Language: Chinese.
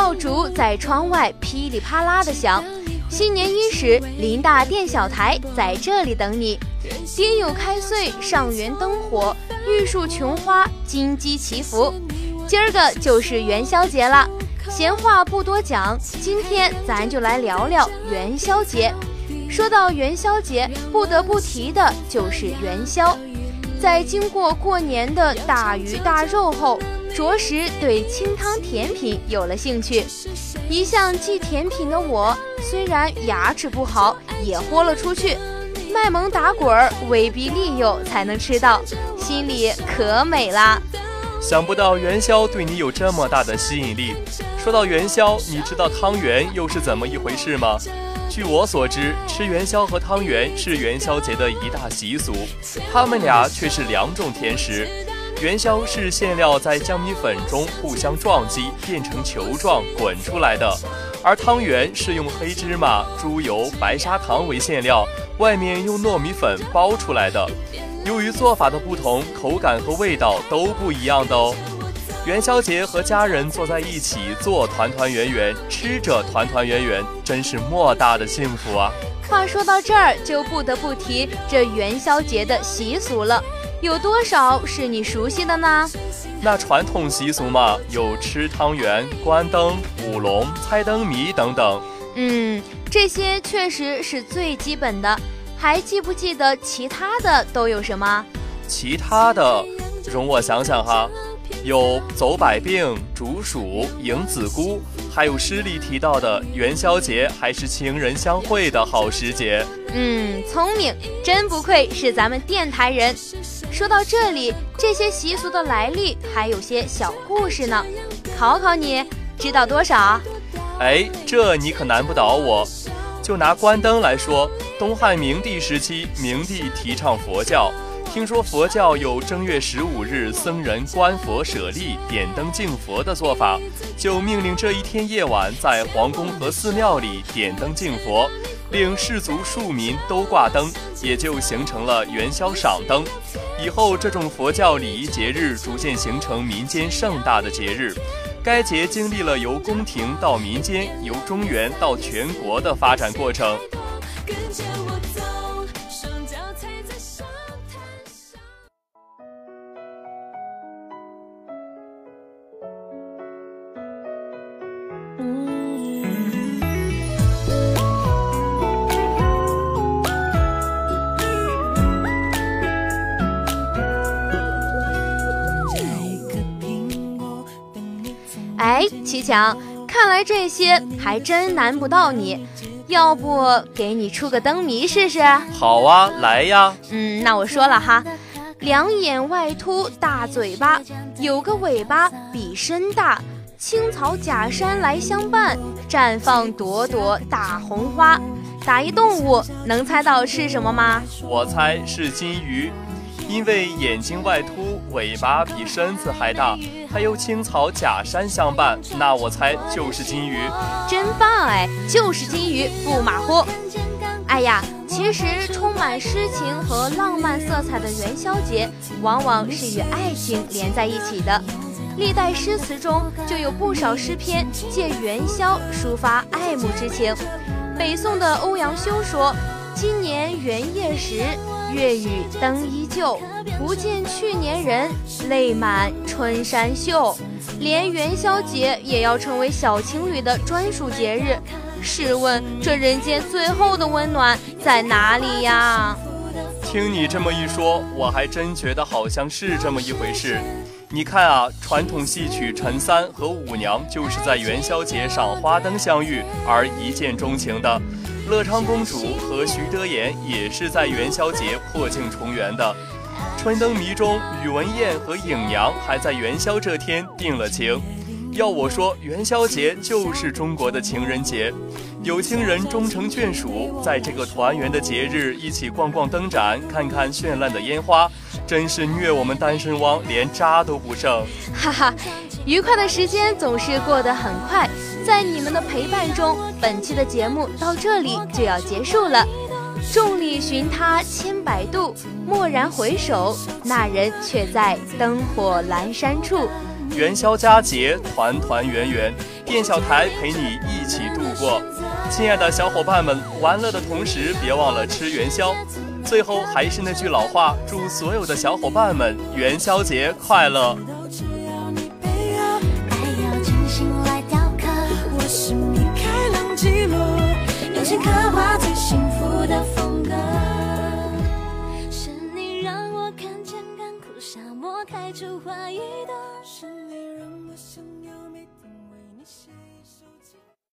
爆竹在窗外噼里啪啦的响。新年伊始，林大店小台在这里等你。丁酉开岁，上元灯火，玉树琼花，金鸡祈福。今儿个就是元宵节了，闲话不多讲，今天咱就来聊聊元宵节。说到元宵节，不得不提的就是元宵。在经过过年的大鱼大肉后，着实对清汤甜品有了兴趣。一向忌甜品的我，虽然牙齿不好，也豁了出去，卖萌打滚，威逼利诱才能吃到，心里可美啦。 想不到元宵对你有这么大的吸引力。说到元宵，你知道汤圆又是怎么一回事吗？据我所知，吃元宵和汤圆是元宵节的一大习俗，它们俩却是两种甜食。元宵是馅料在江米粉中互相撞击变成球状滚出来的，而汤圆是用黑芝麻、猪油、白砂糖为馅料，外面用糯米粉包出来的。由于做法的不同，口感和味道都不一样的哦。元宵节和家人坐在一起做团团圆圆，吃着团团圆圆，真是莫大的幸福啊。 话说到这儿，就不得不提这元宵节的习俗了，有多少是你熟悉的呢？ 那传统习俗嘛，有吃汤圆、关灯、舞龙、猜灯谜等等。 这些确实是最基本的，还记不记得其他的都有什么？ 其他的，容我想想哈。有走百病、竹鼠、迎子姑，还有诗里提到的元宵节还是情人相会的好时节。 聪明，真不愧是咱们电台人。说到这里，这些习俗的来历还有些小故事呢，考考你，知道多少？ 这你可难不倒我。就拿关灯来说，东汉明帝时期，明帝提倡佛教。听说佛教有正月15日僧人观佛舍利、点灯敬佛的做法，就命令这一天夜晚在皇宫和寺庙里点灯敬佛，令士族庶民都挂灯，也就形成了元宵赏灯。以后这种佛教礼仪节日逐渐形成民间盛大的节日。该节经历了由宫廷到民间，由中原到全国的发展过程。 七强，看来这些还真难不到你，要不给你出个灯谜试试？ 好啊，来呀。 那我说了哈，两眼外凸大嘴巴，有个尾巴比身大，青草假山来相伴，绽放朵朵大红花。打一动物，能猜到是什么吗？ 我猜是金鱼，因为眼睛外凸，尾巴比身子还大，还有青草假山相伴，那我猜就是金鱼。 真棒就是金鱼，不马虎。其实充满诗情和浪漫色彩的元宵节，往往是与爱情连在一起的。历代诗词中就有不少诗篇借元宵抒发爱慕之情。北宋的欧阳修说：“今年元夜时，月与灯依旧，不见去年人，泪满春衫袖。”连元宵节也要成为小情侣的专属节日，试问这人间最后的温暖在哪里呀？ 听你这么一说，我还真觉得好像是这么一回事。你看啊，传统戏曲陈三和舞娘就是在元宵节赏花灯相遇而一见钟情的，乐昌公主和徐德言也是在元宵节破镜重圆的。春灯谜中，宇文雁和影娘还在元宵这天定了情。要我说，元宵节就是中国的情人节，有情人终成眷属，在这个团圆的节日一起逛逛灯展，看看绚烂的烟花，真是虐我们单身汪连渣都不剩。 哈哈，愉快的时间总是过得很快，在你们的陪伴中，本期的节目到这里就要结束了。众里寻他千百度，蓦然回首，那人却在灯火阑珊处。 元宵佳节，团团圆圆，店小台陪你一起度过。亲爱的小伙伴们，玩乐的同时别忘了吃元宵。最后还是那句老话，祝所有的小伙伴们元宵节快乐。 用心刻画最幸福的风格，是你让我看见干枯沙漠开出花一朵。